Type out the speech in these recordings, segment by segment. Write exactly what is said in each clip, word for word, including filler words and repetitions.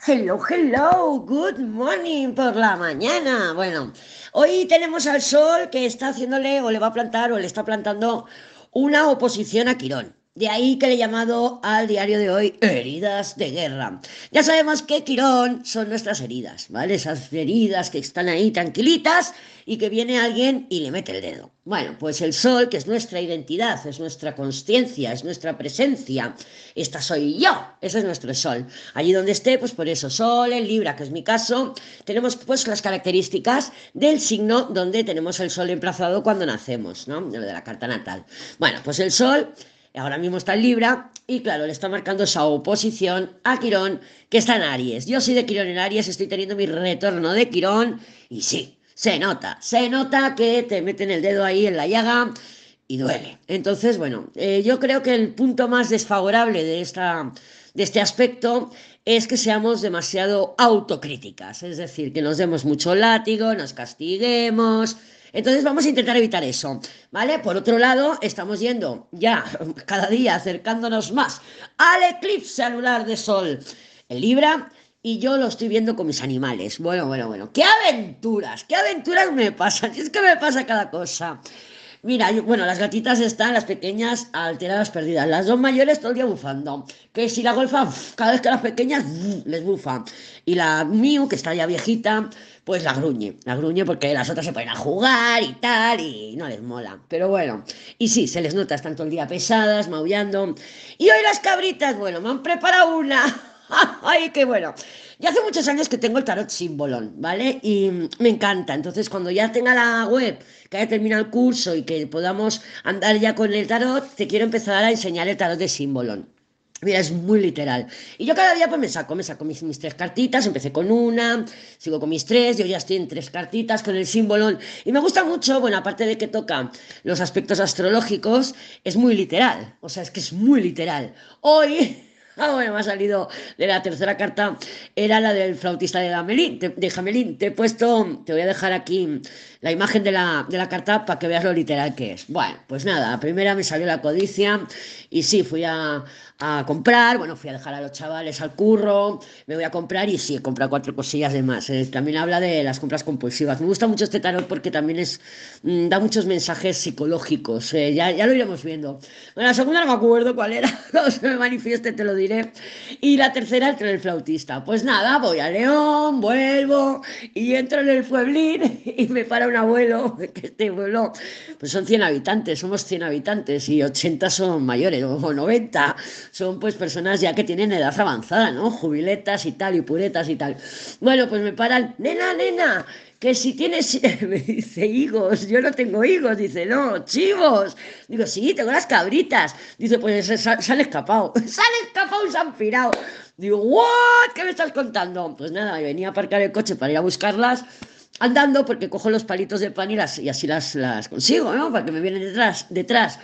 Hello, hello, good morning por la mañana. Bueno, hoy tenemos al Sol que está haciéndole o le va a plantar o le está plantando una oposición a Quirón. De ahí que le he llamado al diario de hoy Heridas de Guerra. Ya sabemos que Quirón son nuestras heridas, ¿vale? Esas heridas que están ahí tranquilitas y que viene alguien y le mete el dedo. Bueno, pues el Sol, que es nuestra identidad, es nuestra consciencia, es nuestra presencia. Esta soy yo, ese es nuestro Sol. Allí donde esté, pues por eso, Sol en Libra, que es mi caso, tenemos pues las características del signo donde tenemos el Sol emplazado cuando nacemos, ¿no? De la carta natal. Bueno, pues el Sol ahora mismo está en Libra y claro, le está marcando esa oposición a Quirón que está en Aries. Yo soy de Quirón en Aries, estoy teniendo mi retorno de Quirón y sí, se nota, se nota que te meten el dedo ahí en la llaga y duele. Entonces, bueno, eh, yo creo que el punto más desfavorable de, esta, de este aspecto es que seamos demasiado autocríticas, es decir, que nos demos mucho látigo, nos castiguemos. Entonces vamos a intentar evitar eso, ¿vale? Por otro lado, estamos yendo ya cada día acercándonos más al eclipse anular de Sol en Libra y yo lo estoy viendo con mis animales. Bueno, bueno, bueno, qué aventuras, qué aventuras me pasan, es que me pasa cada cosa. Mira, yo- bueno, las gatitas están, las pequeñas, alteradas, perdidas. Las dos mayores todo el día bufando. Que si la golfa, uf, cada vez que las pequeñas uf, les bufa. Y la Miu, que está ya viejita, pues la gruñe. La gruñe porque las otras se ponen a jugar y tal, y no les mola. Pero bueno, y sí, se les nota, están todo el día pesadas, maullando. Y hoy las cabritas, bueno, me han preparado una. ¡Ay, qué bueno! Ya hace muchos años que tengo el tarot símbolon, ¿vale? Y mm, me encanta. Entonces, cuando ya tenga la web, que haya terminado el curso y que podamos andar ya con el tarot, te quiero empezar a enseñar el tarot de símbolon. Mira, es muy literal. Y yo cada día pues me saco, me saco mis, mis tres cartitas, empecé con una, sigo con mis tres, yo ya estoy en tres cartitas con el símbolon. Y me gusta mucho, bueno, aparte de que toca los aspectos astrológicos, es muy literal. O sea, es que es muy literal. Hoy... Ah, bueno, me ha salido de la tercera carta, era la del flautista de Gamelín, de, de Jamelín. Te he puesto, te voy a dejar aquí la imagen de la, de la carta para que veas lo literal que es. Bueno, pues nada, la primera me salió la codicia y sí, fui a, a comprar, bueno, fui a dejar a los chavales al curro, me voy a comprar y sí, he comprado cuatro cosillas de más. Eh, también habla de las compras compulsivas. Me gusta mucho este tarot porque también es, mm, da muchos mensajes psicológicos, eh, ya, ya lo iremos viendo. Bueno, la segunda no me acuerdo cuál era, cuando se me manifieste te lo diré. Y la tercera, el tren flautista. Pues nada, voy a León, vuelvo y entro en el pueblín y me para un abuelo, que este pueblo, pues son cien habitantes, somos cien habitantes y ochenta son mayores, o noventa son pues personas ya que tienen edad avanzada, ¿no? Jubiletas y tal, y puretas y tal. Bueno, pues me paran, nena, nena, que si tienes, me dice higos, yo no tengo higos, dice, no, chivos. Digo, sí, tengo las cabritas. Dice, pues se, se han escapado, se han escapado y se han pirado. Digo, ¿what? ¿Qué me estás contando? Pues nada, venía a aparcar el coche para ir a buscarlas andando porque cojo los palitos de pan y, las, y así las, las consigo, ¿no? Para que me vienen detrás, detrás.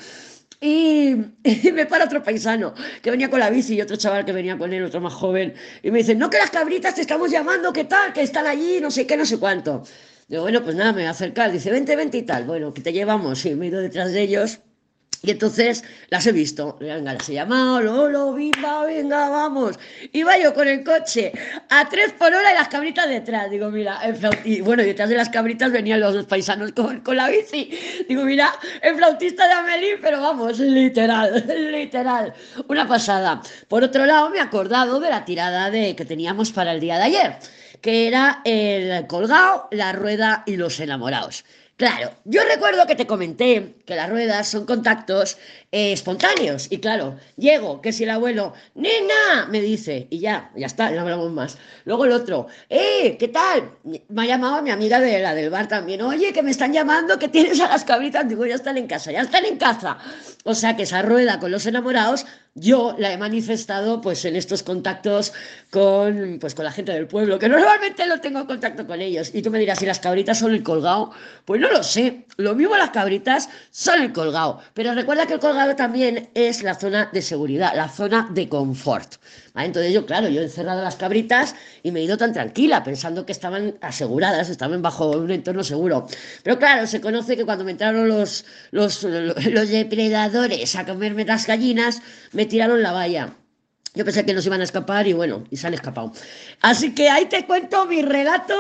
Y, y me para otro paisano que venía con la bici y otro chaval que venía con él, otro más joven, y me dicen, no, que las cabritas te estamos llamando, ¿qué tal? Que están allí, no sé qué, no sé cuánto. Digo, bueno, pues nada, me voy a acercar. Dice, vente, vente y tal. Bueno, que te llevamos. Y me he ido detrás de ellos. Y entonces las he visto, venga, las he llamado, Lolo, venga, venga, vamos. Iba yo con el coche a tres por hora y las cabritas detrás. Digo, mira, el flaut- y bueno, y detrás de las cabritas venían los dos paisanos con, con la bici. Digo, mira, el flautista de Amelie, pero vamos, literal, literal, una pasada. Por otro lado, me he acordado de la tirada de, que teníamos para el día de ayer, que era el colgado, la rueda y los enamorados. Claro, yo recuerdo que te comenté que las ruedas son contactos eh, espontáneos y claro, llego, que si el abuelo, nena, me dice y ya, ya está, no hablamos más. Luego el otro, eh, ¿qué tal? Me ha llamado mi amiga de la del bar también, oye, que me están llamando, que tienes a las cabritas, digo, ya están en casa, ya están en casa. O sea que esa rueda con los enamorados, yo la he manifestado pues en estos contactos con, pues, con la gente del pueblo, que normalmente no tengo contacto con ellos. Y tú me dirás, si las cabritas son el colgado, pues no lo sé. Lo mismo las cabritas son el colgado. Pero recuerda que el colgado también es la zona de seguridad, la zona de confort. ¿Vale? Entonces yo, claro, yo he encerrado las cabritas y me he ido tan tranquila, pensando que estaban aseguradas, estaban bajo un entorno seguro. Pero claro, se conoce que cuando me entraron los, los, los depredadores a comerme las gallinas, me tiraron la valla. Yo pensé que nos iban a escapar y bueno, y se han escapado. Así que ahí te cuento mi relato.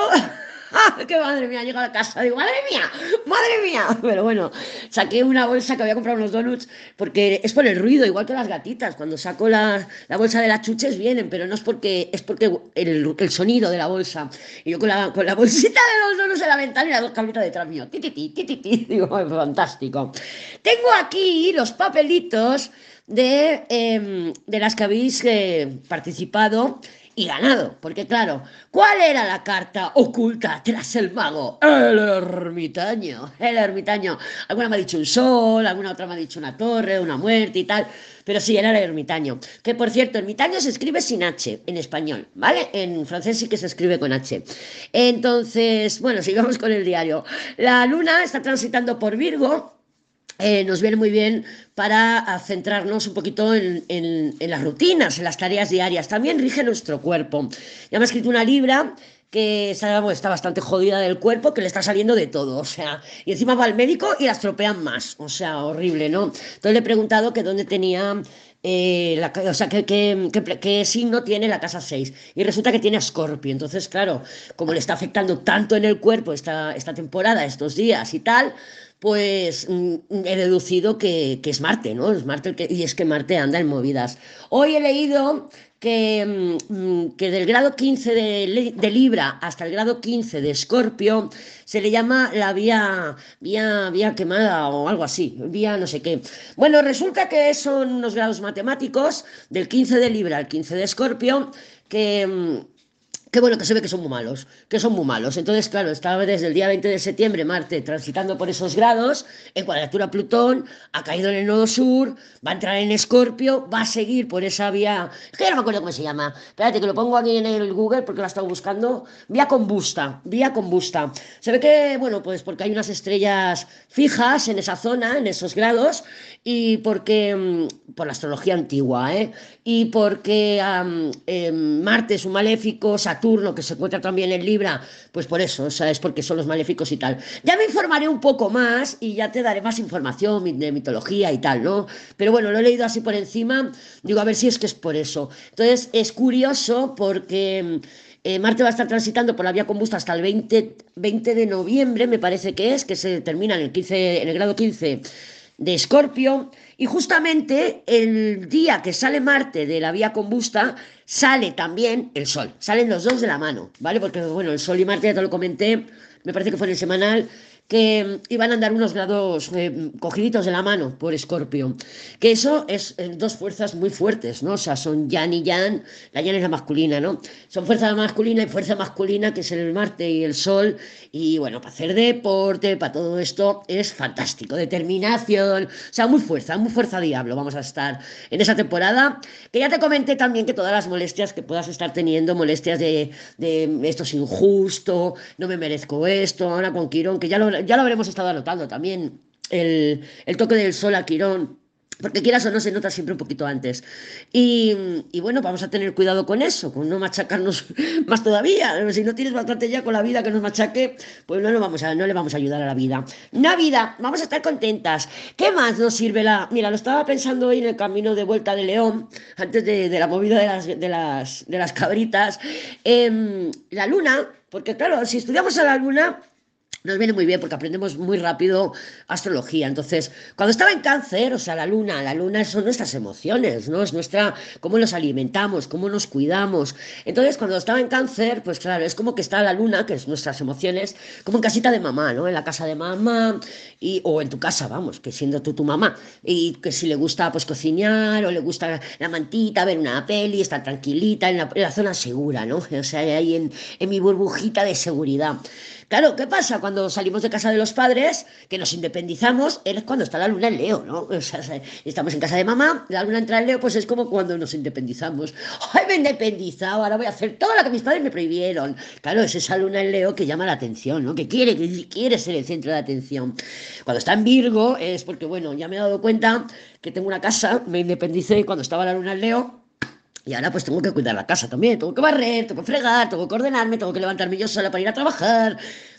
¡Qué madre mía! Llego a la casa, digo, ¡madre mía! ¡Madre mía! Pero bueno, saqué una bolsa que había comprado unos donuts porque es por el ruido, igual que las gatitas. Cuando saco la, la bolsa de las chuches vienen, pero no es porque es porque el, el sonido de la bolsa. Y yo con la, con la bolsita de los donuts en la ventana y las dos cabritas detrás mío. Ti, ti, ti, ti, ti, ti. Digo, fantástico. Tengo aquí los papelitos de, eh, de las que habéis eh, participado y ganado. Porque claro, ¿cuál era la carta oculta tras el mago? El ermitaño, el ermitaño. Alguna me ha dicho un sol, alguna otra me ha dicho una torre, una muerte y tal. Pero sí, era el ermitaño. Que por cierto, ermitaño se escribe sin H en español, ¿vale? En francés sí que se escribe con H. Entonces, bueno, sigamos con el diario. La luna está transitando por Virgo. Eh, nos viene muy bien para centrarnos un poquito en, en, en, las rutinas, en las tareas diarias. También rige nuestro cuerpo. Ya me ha escrito una libra que está, bueno, está bastante jodida del cuerpo, que le está saliendo de todo, o sea, y encima va al médico y la estropean más, o sea, horrible, ¿no? Entonces le he preguntado que dónde tenía, eh, la, o sea, qué, qué, qué, qué signo tiene la casa seis, y resulta que tiene a Escorpio, entonces, claro, como le está afectando tanto en el cuerpo esta, esta temporada, estos días y tal, pues mm, he deducido que, que es Marte, ¿no? Es Marte el que, y es que Marte anda en movidas. Hoy he leído que, mm, que del grado quince de, de Libra hasta el grado quince de Escorpio se le llama la vía, vía, vía quemada o algo así, vía no sé qué. Bueno, resulta que son unos grados matemáticos del quince de Libra al quince de Escorpio que... Mm, que bueno, que se ve que son muy malos, que son muy malos. Entonces, claro, estaba desde el día veinte de septiembre Marte transitando por esos grados, en cuadratura Plutón, ha caído en el nodo sur, va a entrar en Escorpio, va a seguir por esa vía, que ya no me acuerdo cómo se llama, espérate que lo pongo aquí en el Google porque la he estado buscando, vía combusta, vía combusta. Se ve que, bueno, pues porque hay unas estrellas fijas en esa zona, en esos grados, y porque, mm, por la astrología antigua, ¿eh? Y porque um, eh, Marte es un maléfico, Saturno, que se encuentra también en Libra, pues por eso, o sea, es porque son los maléficos y tal. Ya me informaré un poco más y ya te daré más información de mitología y tal, ¿no? Pero bueno, lo he leído así por encima, digo, a ver si es que es por eso. Entonces, es curioso porque... Eh, Marte va a estar transitando por la vía combusta hasta el veinte, veinte de noviembre, me parece que es, que se termina en el, quince, en el grado quince de Escorpio, y justamente el día que sale Marte de la vía combusta, sale también el Sol, salen los dos de la mano, ¿vale? Porque, bueno, el Sol y Marte ya te lo comenté, me parece que fue en el semanal, que iban a andar unos grados eh, cogiditos de la mano por Escorpio. Que eso es eh, dos fuerzas muy fuertes, ¿no? O sea, son Yan y Yan, la Yan es la masculina, ¿no? Son fuerza masculina y fuerza masculina, que es el Marte y el Sol. Y bueno, para hacer deporte, para todo esto, es fantástico. Determinación, o sea, muy fuerza, muy fuerza diablo. Vamos a estar en esa temporada. Que ya te comenté también que todas las molestias que puedas estar teniendo, molestias de, de esto es injusto, no me merezco esto, ahora con Quirón, que ya lo, ya lo habremos estado anotando también, el, el toque del sol a Quirón. Porque quieras o no, se nota siempre un poquito antes. Y, y, bueno, vamos a tener cuidado con eso, con no machacarnos más todavía. Si no tienes bastante ya con la vida que nos machaque, pues no, nos vamos a, no le vamos a ayudar a la vida. Navidad, vamos a estar contentas. ¿Qué más nos sirve la...? Mira, lo estaba pensando hoy en el camino de vuelta de León, antes de, de la movida de las, de las, de las cabritas. Eh, la luna, porque claro, si estudiamos a la luna... Nos viene muy bien porque aprendemos muy rápido astrología. Entonces, cuando estaba en cáncer, o sea, la luna, la luna son nuestras emociones, ¿no? Es nuestra, cómo nos alimentamos, cómo nos cuidamos. Entonces, cuando estaba en cáncer, pues claro, es como que está la luna, que es nuestras emociones, como en casita de mamá, ¿no? En la casa de mamá, y, o en tu casa, vamos, que siendo tú tu mamá. Y que si le gusta, pues, cocinar, o le gusta la mantita, ver una peli, estar tranquilita, en la, en la zona segura, ¿no? O sea, ahí en, en mi burbujita de seguridad. Claro, ¿qué pasa? Cuando salimos de casa de los padres, que nos independizamos, es cuando está la luna en Leo, ¿no? O sea, estamos en casa de mamá, la luna entra en Leo, pues es como cuando nos independizamos. ¡Ay, me he independizado! Ahora voy a hacer todo lo que mis padres me prohibieron. Claro, es esa luna en Leo que llama la atención, ¿no? Que quiere, que quiere ser el centro de atención. Cuando está en Virgo es porque, bueno, ya me he dado cuenta que tengo una casa, me independicé cuando estaba la luna en Leo. Y ahora pues tengo que cuidar la casa también, tengo que barrer, tengo que fregar, tengo que ordenarme, tengo que levantarme yo sola para ir a trabajar.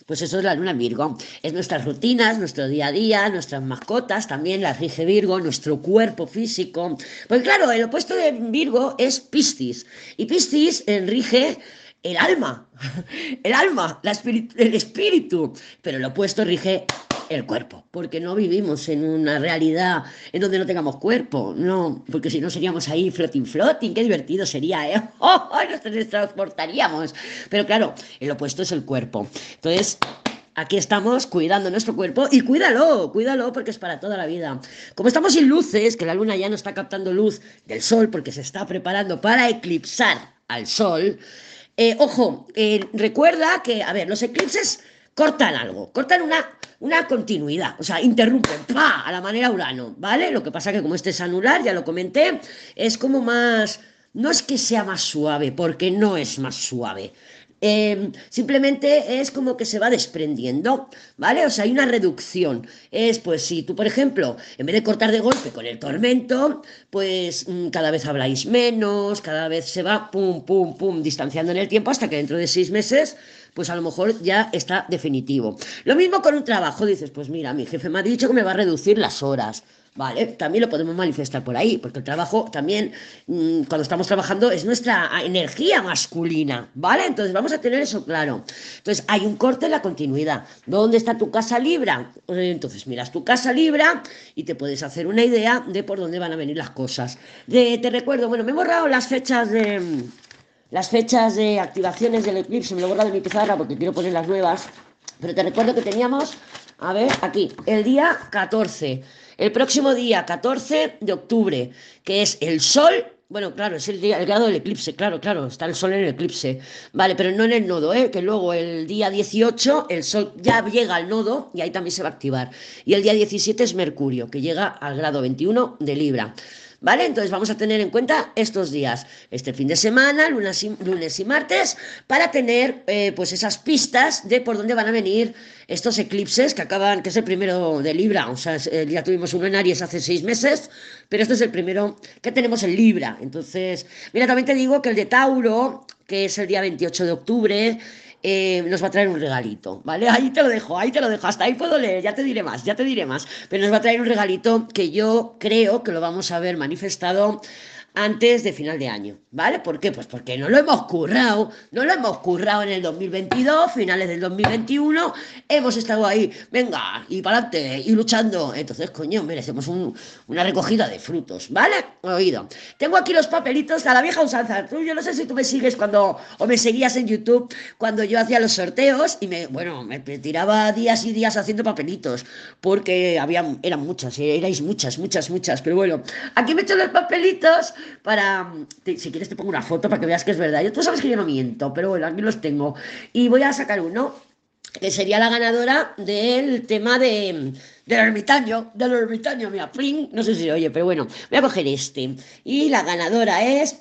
Pues eso es la luna en Virgo. Es nuestras rutinas, nuestro día a día, nuestras mascotas, también las rige Virgo, nuestro cuerpo físico. Pues claro, el opuesto de Virgo es Piscis. Y Piscis eh, rige el alma, el alma, la espíritu, el espíritu. Pero el opuesto rige el cuerpo, porque no vivimos en una realidad en donde no tengamos cuerpo, no, porque si no seríamos ahí floating, floating, qué divertido sería, ¿eh? ¡Oh, nos transportaríamos! Pero claro, el opuesto es el cuerpo. Entonces, aquí estamos cuidando nuestro cuerpo y cuídalo, cuídalo porque es para toda la vida. Como estamos sin luces, que la luna ya no está captando luz del sol porque se está preparando para eclipsar al sol, eh, ojo, eh, recuerda que, a ver, los eclipses cortan algo, cortan una, una continuidad, o sea, interrumpen, ¡pa! A la manera Urano, ¿vale? Lo que pasa que como este es anular, ya lo comenté, es como más, no es que sea más suave, porque no es más suave. Eh, simplemente es como que se va desprendiendo, ¿vale? O sea, hay una reducción. Es pues si tú, por ejemplo, en vez de cortar de golpe con el tormento, pues mmm, cada vez habláis menos, cada vez se va pum, pum, pum, distanciando en el tiempo hasta que dentro de seis meses pues a lo mejor ya está definitivo. Lo mismo con un trabajo, dices, pues mira, mi jefe me ha dicho que me va a reducir las horas. Vale, también lo podemos manifestar por ahí, porque el trabajo también, mmm, cuando estamos trabajando, es nuestra energía masculina, ¿vale? Entonces vamos a tener eso claro. Entonces hay un corte en la continuidad. ¿Dónde está tu casa Libra? Entonces miras tu casa Libra y te puedes hacer una idea de por dónde van a venir las cosas. De, te recuerdo, bueno, me he borrado las fechas de... Las fechas de activaciones del eclipse, me lo he borrado de mi pizarra porque quiero poner las nuevas, pero te recuerdo que teníamos, a ver, aquí, el día catorce, el próximo día catorce de octubre, que es el sol, bueno, claro, es el, día, el grado del eclipse, claro, claro, está el sol en el eclipse, vale, pero no en el nodo, ¿eh? Que luego el día dieciocho el sol ya llega al nodo y ahí también se va a activar, y el día diecisiete es Mercurio, que llega al grado veintiuno de Libra. ¿Vale? Entonces vamos a tener en cuenta estos días, este fin de semana, lunes y, lunes y martes, para tener eh, pues esas pistas de por dónde van a venir estos eclipses que acaban, que es el primero de Libra, o sea, eh, ya tuvimos uno en Aries hace seis meses, pero este es el primero que tenemos en Libra. Entonces, mira, también te digo que el de Tauro, que es el día veintiocho de octubre, eh, nos va a traer un regalito, ¿vale? Ahí te lo dejo, ahí te lo dejo, hasta ahí puedo leer, ya te diré más, ya te diré más, pero nos va a traer un regalito que yo creo que lo vamos a ver manifestado antes de final de año, ¿vale? ¿Por qué? Pues porque no lo hemos currado, no lo hemos currado en el dos mil veintidós, finales del dos mil veintiuno, hemos estado ahí, venga, y para adelante, y luchando, entonces, coño, merecemos un, una recogida de frutos, ¿vale? Oído. Tengo aquí los papelitos a la vieja usanza, tú, yo no sé si tú me sigues cuando, o me seguías en YouTube, cuando yo hacía los sorteos, y me, bueno, me tiraba días y días haciendo papelitos, porque había, eran muchas, erais muchas, muchas, muchas, pero bueno, aquí me he hecho los papelitos, para, te, si quieres te pongo una foto para que veas que es verdad. Yo, tú sabes que yo no miento, pero bueno, aquí los tengo. Y voy a sacar uno, que sería la ganadora del tema de, del ermitaño, del ermitaño, mira, pling, no sé si se oye, pero bueno, voy a coger este. Y la ganadora es...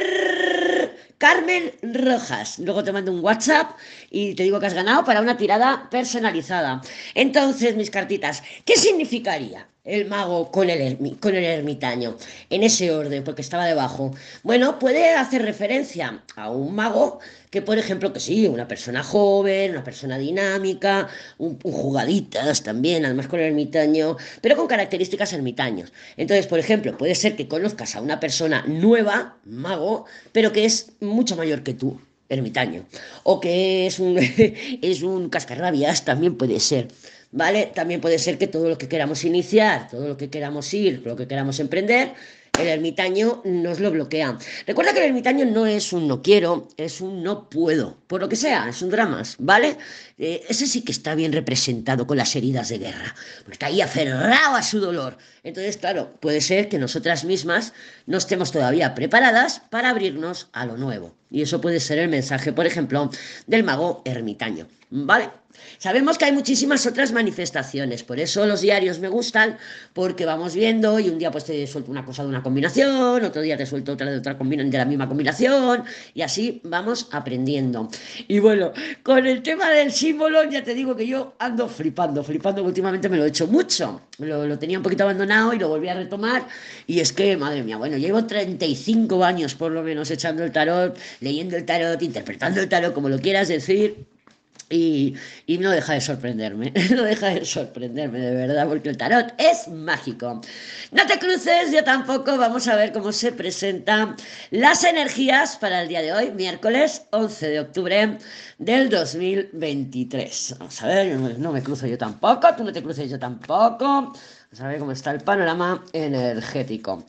Prrr, Carmen Rojas. Luego te mando un WhatsApp y te digo que has ganado para una tirada personalizada. Entonces, mis cartitas, ¿qué significaría el mago con el, ermi con el ermitaño? En ese orden, porque estaba debajo. Bueno, puede hacer referencia a un mago que, por ejemplo, que sí, una persona joven, una persona dinámica, un, un jugaditas también, además con el ermitaño, pero con características ermitaños. Entonces, por ejemplo, puede ser que conozcas a una persona nueva, mago, pero que es mucho mayor que tú, ermitaño, o que es un, es un cascarrabias, también puede ser. ¿Vale? También puede ser que todo lo que queramos iniciar, todo lo que queramos ir, lo que queramos emprender, el ermitaño nos lo bloquea. Recuerda que el ermitaño no es un no quiero, es un no puedo, por lo que sea, es un dramas, ¿vale? Eh, ese sí que está bien representado con las heridas de guerra, porque está ahí aferrado a su dolor. Entonces, claro, puede ser que nosotras mismas no estemos todavía preparadas para abrirnos a lo nuevo. Y eso puede ser el mensaje, por ejemplo, del mago ermitaño, ¿vale? Sabemos que hay muchísimas otras manifestaciones, por eso los diarios me gustan, porque vamos viendo y un día pues te suelto una cosa de una combinación, otro día te suelto otra de otra combinación de la misma combinación y así vamos aprendiendo. Y bueno, con el tema del símbolo ya te digo que yo ando flipando, flipando, que últimamente me lo he hecho mucho, lo, lo tenía un poquito abandonado y lo volví a retomar y es que, madre mía, bueno, llevo treinta y cinco años por lo menos echando el tarot, leyendo el tarot, interpretando el tarot, como lo quieras decir. Y, y no deja de sorprenderme, no deja de sorprenderme de verdad, porque el tarot es mágico. No te cruces, yo tampoco. Vamos a ver cómo se presentan las energías para el día de hoy, miércoles once de octubre del dos mil veintitrés. Vamos a ver, no, no me cruzo yo tampoco, tú no te cruces yo tampoco. Vamos a ver cómo está el panorama energético.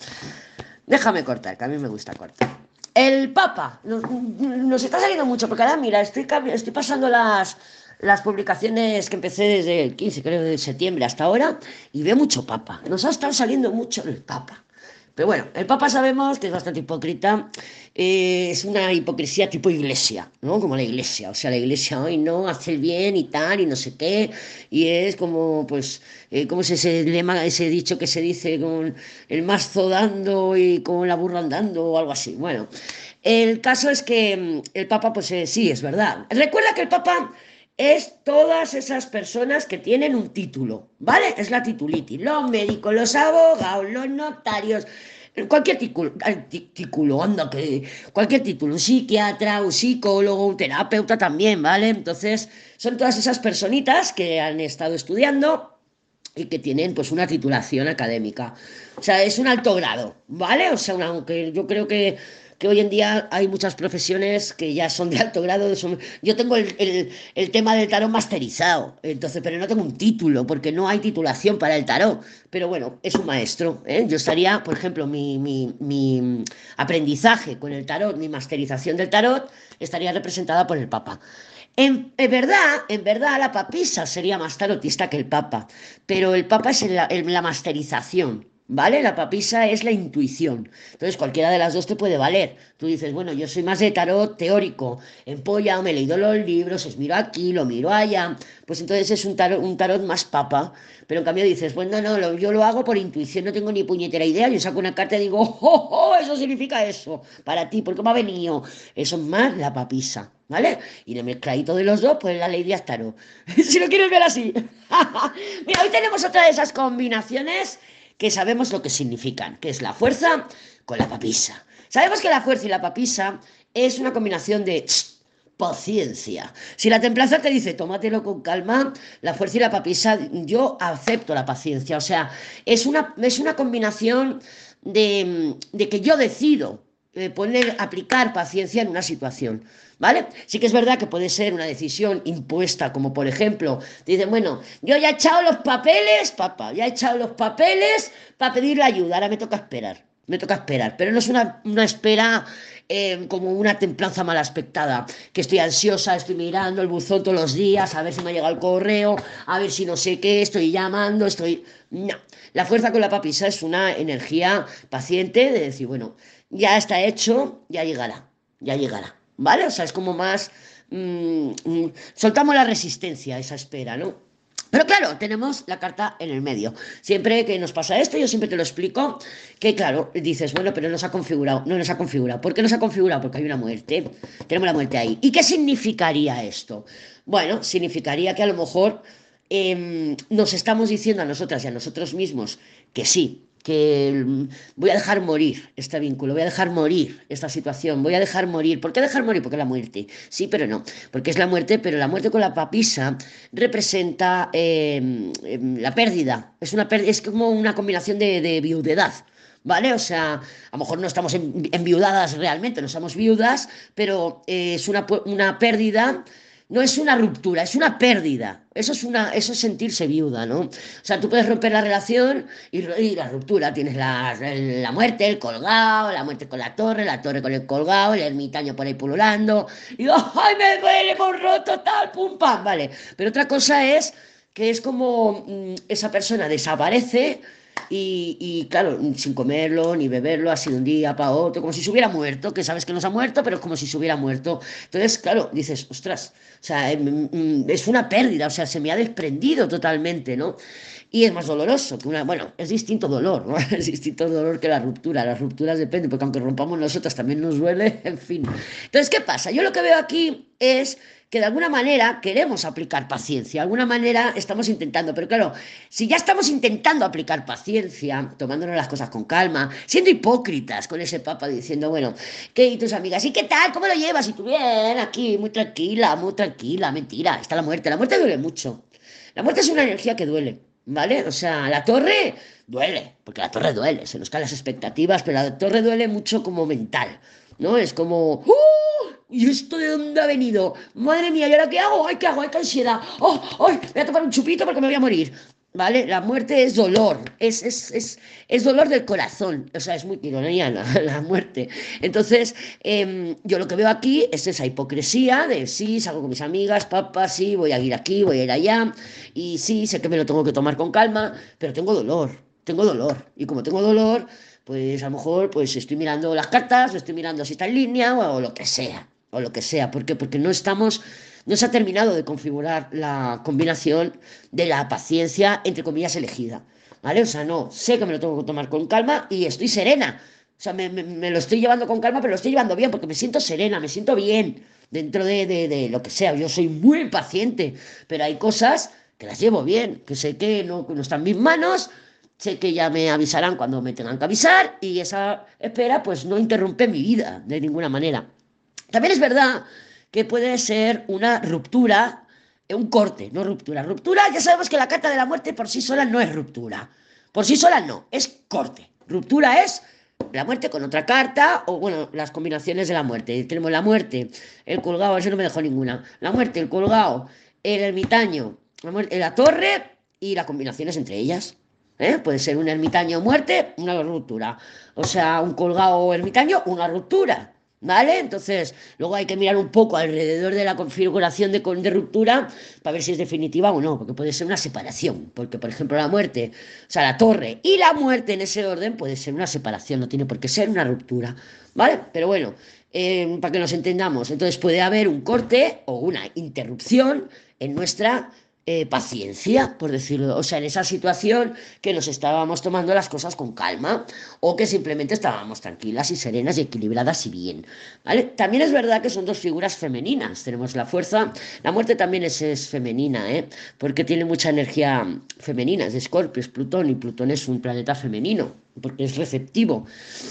Déjame cortar, que a mí me gusta cortar. El Papa, nos, nos está saliendo mucho, porque ahora mira, estoy, estoy pasando las, las publicaciones que empecé desde el quince, creo, de septiembre hasta ahora, y veo mucho Papa. Nos ha estado saliendo mucho el Papa. Pero bueno, el Papa sabemos que es bastante hipócrita, eh, es una hipocresía tipo iglesia, ¿no? Como la iglesia, o sea, la iglesia hoy no hace el bien y tal, y no sé qué, y es como, pues, eh, ¿cómo es ese lema, ese dicho que se dice con el mazo dando y con la burra andando o algo así? Bueno, el caso es que mm, el Papa, pues eh, sí, es verdad. Recuerda que el Papa es todas esas personas que tienen un título, ¿vale? Es la titulitis, los médicos, los abogados, los notarios, cualquier título, título, anda, que cualquier título, un psiquiatra, un psicólogo, un terapeuta también, ¿vale? Entonces, son todas esas personitas que han estado estudiando y que tienen pues una titulación académica. O sea, es un alto grado, ¿vale? O sea, una- aunque yo creo que, que hoy en día hay muchas profesiones que ya son de alto grado. son- Yo tengo el, el- el tema del tarot masterizado, entonces, pero no tengo un título, porque no hay titulación para el tarot. Pero bueno, es un maestro, ¿eh? Yo estaría, por ejemplo, mi, mi, mi aprendizaje con el tarot, mi masterización del tarot, estaría representada por el Papa. En, en verdad, en verdad, la papisa sería más tarotista que el papa, pero el papa es en la, en la masterización, ¿vale? La papisa es la intuición. Entonces, cualquiera de las dos te puede valer. Tú dices, bueno, yo soy más de tarot teórico, empollado, me he leído los libros, os miro aquí, lo miro allá. Pues entonces es un tarot, un tarot más papa. Pero en cambio dices, bueno, no, lo- yo lo hago por intuición, no tengo ni puñetera idea. Yo saco una carta y digo, ¡oh, oh! Eso significa eso, para ti, porque me ha venido. Eso es más la papisa, ¿vale? Y el mezcladito de los dos, pues la Lady Astaro. Si lo quieres ver así. Mira, hoy tenemos otra de esas combinaciones que sabemos lo que significan, que es la fuerza con la papisa. Sabemos que la fuerza y la papisa es una combinación de tss, paciencia. Si la templanza te dice, tómatelo con calma, la fuerza y la papisa, yo acepto la paciencia. O sea, es una, es una combinación de, de que yo decido eh, poner, aplicar paciencia en una situación. ¿Vale? Sí que es verdad que puede ser una decisión impuesta, como por ejemplo, te dicen, bueno, yo ya he echado los papeles, papá, ya he echado los papeles para pedirle ayuda, ahora me toca esperar, me toca esperar, pero no es una, una espera eh, como una templanza mal aspectada, que estoy ansiosa, estoy mirando el buzón todos los días, a ver si me ha llegado el correo, a ver si no sé qué, estoy llamando, estoy... No, la fuerza con la papisa es una energía paciente de decir, bueno, ya está hecho, ya llegará, ya llegará. ¿Vale? O sea, es como más... mm, mm, soltamos la resistencia a esa espera, ¿no? Pero claro, tenemos la carta en el medio. Siempre que nos pasa esto, yo siempre te lo explico, que claro, dices, bueno, pero no se ha configurado, no nos ha configurado. ¿Por qué no se ha configurado? Porque hay una muerte, tenemos la muerte ahí. ¿Y qué significaría esto? Bueno, significaría que a lo mejor eh, nos estamos diciendo a nosotras y a nosotros mismos que sí, que mm, voy a dejar morir este vínculo, voy a dejar morir esta situación, voy a dejar morir. ¿Por qué dejar morir? Porque es la muerte. Sí, pero no. Porque es la muerte, pero la muerte con la papisa representa eh, eh, la pérdida. Es, una pérdida, es como una combinación de, de viudedad. ¿Vale? O sea, a lo mejor no estamos en- enviudadas realmente, no somos viudas, pero eh, es una, pu- una pérdida, no es una ruptura, es una pérdida. Eso es, una, eso es sentirse viuda, ¿no? O sea, tú puedes romper la relación y, y la ruptura. Tienes la, la muerte, el colgado, la muerte con la torre, la torre con el colgado, el ermitaño por ahí pululando. Y ¡ay, me duele, hemos roto, tal, pum, pam! Vale. Pero otra cosa es que es como mm, esa persona desaparece y, y, claro, sin comerlo ni beberlo, ha sido un día para otro, como si se hubiera muerto, que sabes que no se ha muerto, pero es como si se hubiera muerto. Entonces, claro, dices, ostras, o sea, em, em, es una pérdida, o sea, se me ha desprendido totalmente, ¿no? Y es más doloroso que una, bueno, es distinto dolor, ¿no? Es distinto dolor que la ruptura. Las rupturas dependen, porque aunque rompamos nosotras también nos duele, en fin. Entonces, ¿qué pasa? Yo lo que veo aquí es que de alguna manera queremos aplicar paciencia, de alguna manera estamos intentando, pero claro, si ya estamos intentando aplicar paciencia, tomándonos las cosas con calma, siendo hipócritas con ese papa diciendo, bueno, ¿qué y tus amigas? ¿Y qué tal? ¿Cómo lo llevas? Y tú bien, aquí, muy tranquila, muy tranquila, mentira, está la muerte, la muerte duele mucho. La muerte es una energía que duele, ¿vale? O sea, la torre duele, porque la torre duele, se nos caen las expectativas, pero la torre duele mucho como mental, ¿no? Es como, ¡uh! ¿Y esto de dónde ha venido? Madre mía, ¿y ahora qué hago? ¡Ay, qué hago! ¡Ay, qué ansiedad! ¡Oh, ay! Voy a tomar un chupito porque me voy a morir. ¿Vale? La muerte es dolor, es, es, es, es dolor del corazón, o sea, es muy ironía la, la muerte. Entonces, eh, yo lo que veo aquí es esa hipocresía de sí, salgo con mis amigas, papá, sí, voy a ir aquí, voy a ir allá, y sí, sé que me lo tengo que tomar con calma, pero tengo dolor, tengo dolor, y como tengo dolor, pues a lo mejor pues estoy mirando las cartas, o estoy mirando si está en línea, o, o lo que sea, o lo que sea, ¿por qué? Porque no estamos, no se ha terminado de configurar la combinación de la paciencia, entre comillas, elegida, ¿vale? O sea, no, sé que me lo tengo que tomar con calma y estoy serena. O sea, me, me- me lo estoy llevando con calma, pero lo estoy llevando bien porque me siento serena, me siento bien dentro de, de- de lo que sea. Yo soy muy impaciente, pero hay cosas que las llevo bien, que sé que no, que no están en mis manos, sé que ya me avisarán cuando me tengan que avisar y esa espera pues no interrumpe mi vida de ninguna manera. También es verdad que puede ser una ruptura, eh, un corte, no ruptura. Ruptura, ya sabemos que la carta de la muerte por sí sola no es ruptura. Por sí sola no, es corte. Ruptura es la muerte con otra carta o, bueno, las combinaciones de la muerte. Tenemos la muerte, el colgado, eso no me dejó ninguna. La muerte, el colgado, el ermitaño, la, muerte, la torre y las combinaciones entre ellas. ¿Eh? Puede ser un ermitaño muerte, una ruptura. O sea, un colgado o ermitaño, una ruptura. ¿Vale? Entonces, luego hay que mirar un poco alrededor de la configuración de, de ruptura para ver si es definitiva o no, porque puede ser una separación, porque por ejemplo la muerte, o sea, la torre y la muerte en ese orden puede ser una separación, no tiene por qué ser una ruptura, ¿vale? Pero bueno, eh, para que nos entendamos, entonces puede haber un corte o una interrupción en nuestra eh, paciencia, por decirlo, o sea, en esa situación que nos estábamos tomando las cosas con calma o que simplemente estábamos tranquilas y serenas y equilibradas y bien, ¿vale? También es verdad que son dos figuras femeninas, tenemos la fuerza, la muerte también es, es femenina, ¿eh? Porque tiene mucha energía femenina, es de Escorpio, es Plutón y Plutón es un planeta femenino, porque es receptivo.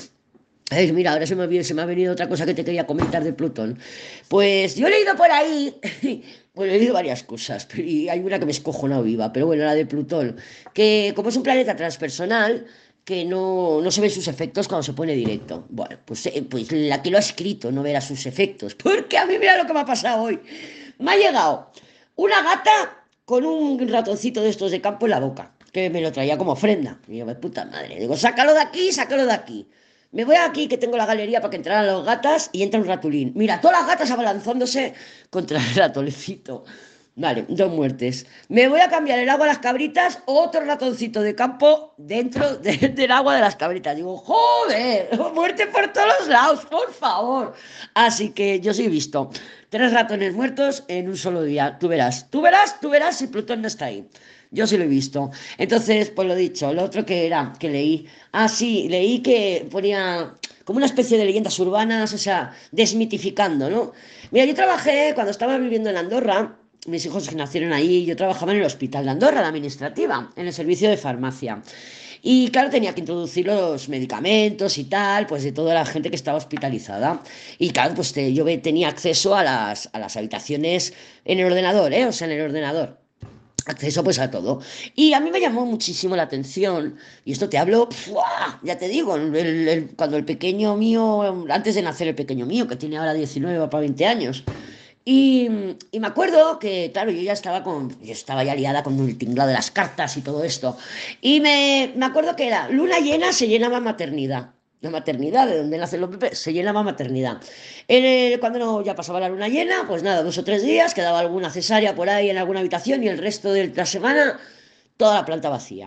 Ay, mira, ahora se me, ha, se me ha venido otra cosa que te quería comentar de Plutón. Pues yo he leído por ahí, bueno, he leído varias cosas, pero- y hay una que me escojonado viva, pero bueno, la de Plutón, que como es un planeta transpersonal, que no, no se ven sus efectos cuando se pone directo. Bueno, pues, eh, pues la que lo ha escrito no verá sus efectos, porque a mí mira lo que me ha pasado hoy. Me ha llegado una gata con un ratoncito de estos de campo en la boca, que me lo traía como ofrenda. Y yo, de puta madre, digo, sácalo de aquí, sácalo de aquí. Me voy aquí que tengo la galería para que entraran las gatas y entra un ratulín. Mira, todas las gatas abalanzándose contra el ratoncito. Vale, dos muertes. Me voy a cambiar el agua a las cabritas, otro ratoncito de campo dentro de- del agua de las cabritas. Digo, joder, muerte por todos los lados, por favor. Así que yo sí he visto tres ratones muertos en un solo día. Tú verás, tú verás, tú verás si Plutón no está ahí. Yo sí lo he visto. Entonces, pues lo dicho, lo otro que era, que leí. Ah, sí, leí que ponía como una especie de leyendas urbanas, o sea, desmitificando, ¿no? Mira, yo trabajé cuando estaba viviendo en Andorra, mis hijos nacieron ahí, yo trabajaba en el hospital de Andorra, la administrativa, en el servicio de farmacia. Y claro, tenía que introducir los medicamentos y tal, pues de toda la gente que estaba hospitalizada. Y claro, pues te- yo ve- tenía acceso a las, a las habitaciones en el ordenador, ¿eh? O sea, en el ordenador acceso pues a todo. Y a mí me llamó muchísimo la atención, y esto te hablo, ¡fua! Ya te digo, el- el- cuando el pequeño mío, antes de nacer el pequeño mío, que tiene ahora diecinueve va para veinte años, y, y me acuerdo que, claro, yo ya estaba con, yo estaba ya liada con el tinglado de las cartas y todo esto, y me, me acuerdo que era luna llena se llenaba maternidad. La maternidad, de donde nacen los bebés, se llenaba maternidad. En el- cuando no, ya pasaba la luna llena, pues nada, dos o tres días, quedaba alguna cesárea por ahí en alguna habitación y el resto de la semana toda la planta vacía.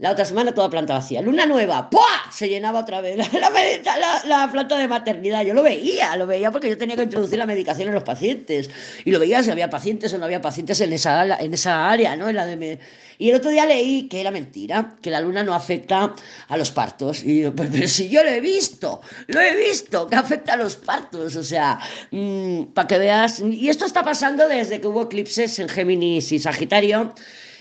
La otra semana toda planta vacía. Luna nueva, ¡pua! Se llenaba otra vez la, la, la, la planta de maternidad. Yo lo veía, lo veía porque yo tenía que introducir la medicación en los pacientes. Y lo veía si había pacientes o no había pacientes en esa, en esa área, ¿no? En la de me... Y el otro día leí que era mentira, que la luna no afecta a los partos. Y yo, pero, pero si yo lo he visto, lo he visto, que afecta a los partos. O sea, mmm, para que veas. Y esto está pasando desde que hubo eclipses en Géminis y Sagitario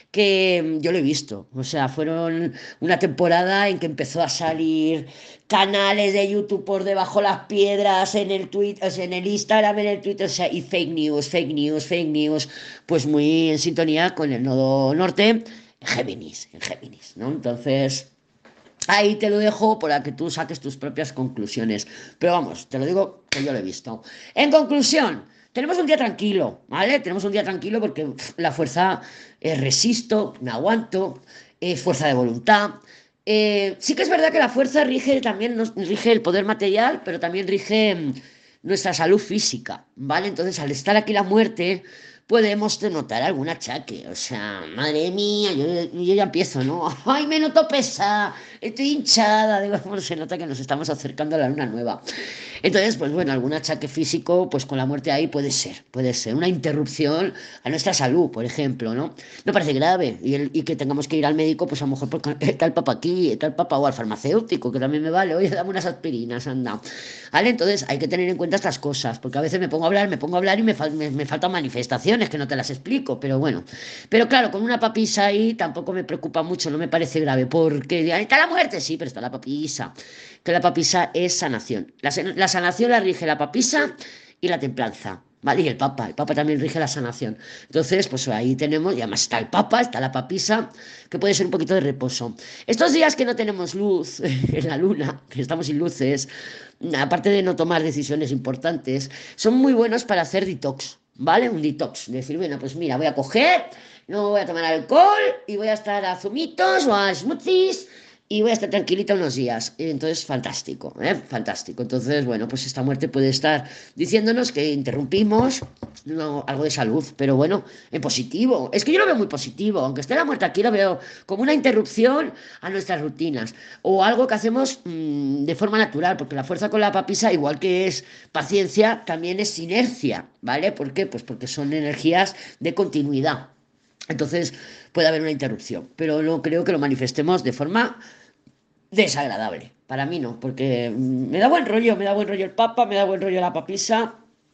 que yo lo he visto, o sea, fueron una temporada en que empezó a salir canales de YouTube por debajo las piedras, en el Twitter, o sea, en el Instagram, en el Twitter, o sea, y fake news, fake news, fake news, pues muy en sintonía con el nodo norte, en Géminis, en Géminis, ¿no? Entonces, ahí te lo dejo para que tú saques tus propias conclusiones. Pero vamos, te lo digo que yo lo he visto. En conclusión, tenemos un día tranquilo, ¿vale? Tenemos un día tranquilo porque pff, la fuerza eh, resisto, me aguanto, eh, fuerza de voluntad. Eh, sí que es verdad que la fuerza rige también, nos rige el poder material, pero también rige mm, nuestra salud física, ¿vale? Entonces, al estar aquí la muerte, podemos notar algún achaque. O sea, madre mía, yo, yo ya empiezo, ¿no? Ay, me noto pesada, estoy hinchada. Digo, bueno, se nota que nos estamos acercando a la luna nueva. Entonces, pues bueno, algún achaque físico, pues con la muerte ahí puede ser, puede ser una interrupción a nuestra salud, por ejemplo, ¿no? No parece grave y, el, y que tengamos que ir al médico, pues a lo mejor porque está el papá aquí, está el papá o al farmacéutico, que también me vale, oye, dame unas aspirinas, anda. ¿Vale? Entonces hay que tener en cuenta estas cosas, porque a veces me pongo a hablar, me pongo a hablar y me, fal me, me faltan manifestaciones que no te las explico, pero bueno. Pero claro, con una papisa ahí tampoco me preocupa mucho, no me parece grave, porque ahí está la muerte, sí, pero está la papisa, que la papisa es sanación. La, la sanación la rige la papisa y la templanza. ¿Vale? Y el Papa, el Papa también rige la sanación. Entonces, pues ahí tenemos, y además está el Papa, está la papisa, que puede ser un poquito de reposo. Estos días que no tenemos luz en la luna, que estamos sin luces, aparte de no tomar decisiones importantes, son muy buenos para hacer detox, ¿vale? Un detox. Decir, bueno, pues mira, voy a coger, no voy a tomar alcohol y voy a estar a zumitos o a smoothies y voy a estar tranquilita unos días. Entonces, fantástico, ¿eh? Fantástico. Entonces, bueno, pues esta muerte puede estar diciéndonos que interrumpimos no, algo de salud, pero bueno, en positivo. Es que yo lo veo muy positivo, aunque esté la muerte aquí, lo veo como una interrupción a nuestras rutinas o algo que hacemos mmm, de forma natural, porque la fuerza con la papisa, igual que es paciencia, también es inercia, ¿vale? ¿Por qué? Pues porque son energías de continuidad. Entonces puede haber una interrupción, pero no creo que lo manifestemos de forma desagradable. Para mí no, porque me da buen rollo, me da buen rollo el Papa, me da buen rollo la papisa.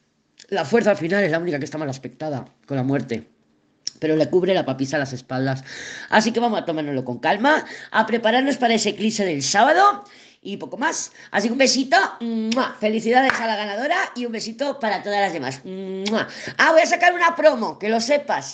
La fuerza al final es la única que está mal aspectada con la muerte, pero le cubre la papisa a las espaldas. Así que vamos a tomárnoslo con calma, a prepararnos para ese eclipse del sábado y poco más. Así que un besito, ¡mua! Felicidades a la ganadora y un besito para todas las demás. ¡Mua! Ah, voy a sacar una promo, que lo sepas.